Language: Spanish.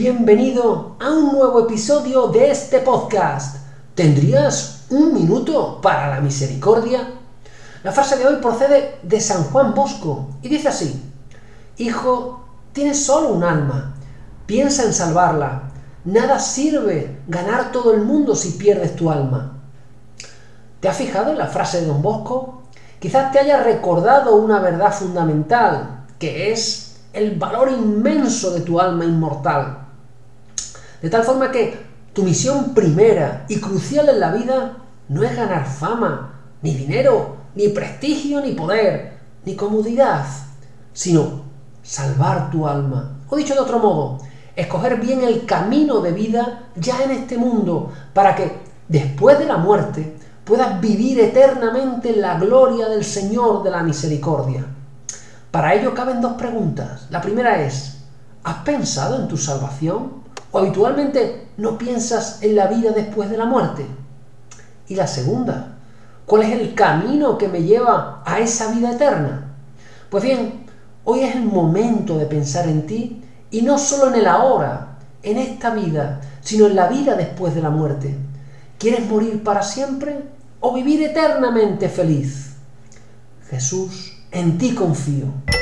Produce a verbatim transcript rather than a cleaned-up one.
Bienvenido a un nuevo episodio de este podcast. ¿Tendrías un minuto para la misericordia? La frase de hoy procede de San Juan Bosco y dice así: Hijo, tienes solo un alma, piensa en salvarla. Nada sirve ganar todo el mundo si pierdes tu alma. ¿Te has fijado en la frase de Don Bosco? Quizás te haya recordado una verdad fundamental, que es el valor inmenso de tu alma inmortal. De tal forma que tu misión primera y crucial en la vida no es ganar fama, ni dinero, ni prestigio, ni poder, ni comodidad, sino salvar tu alma. O dicho de otro modo, escoger bien el camino de vida ya en este mundo, para que después de la muerte puedas vivir eternamente en la gloria del Señor de la misericordia. Para ello caben dos preguntas. La primera es: ¿has pensado en tu salvación? ¿O habitualmente no piensas en la vida después de la muerte? Y la segunda: ¿cuál es el camino que me lleva a esa vida eterna? Pues bien, hoy es el momento de pensar en ti, y no solo en el ahora, en esta vida, sino en la vida después de la muerte. ¿Quieres morir para siempre o vivir eternamente feliz? Jesús, en ti confío.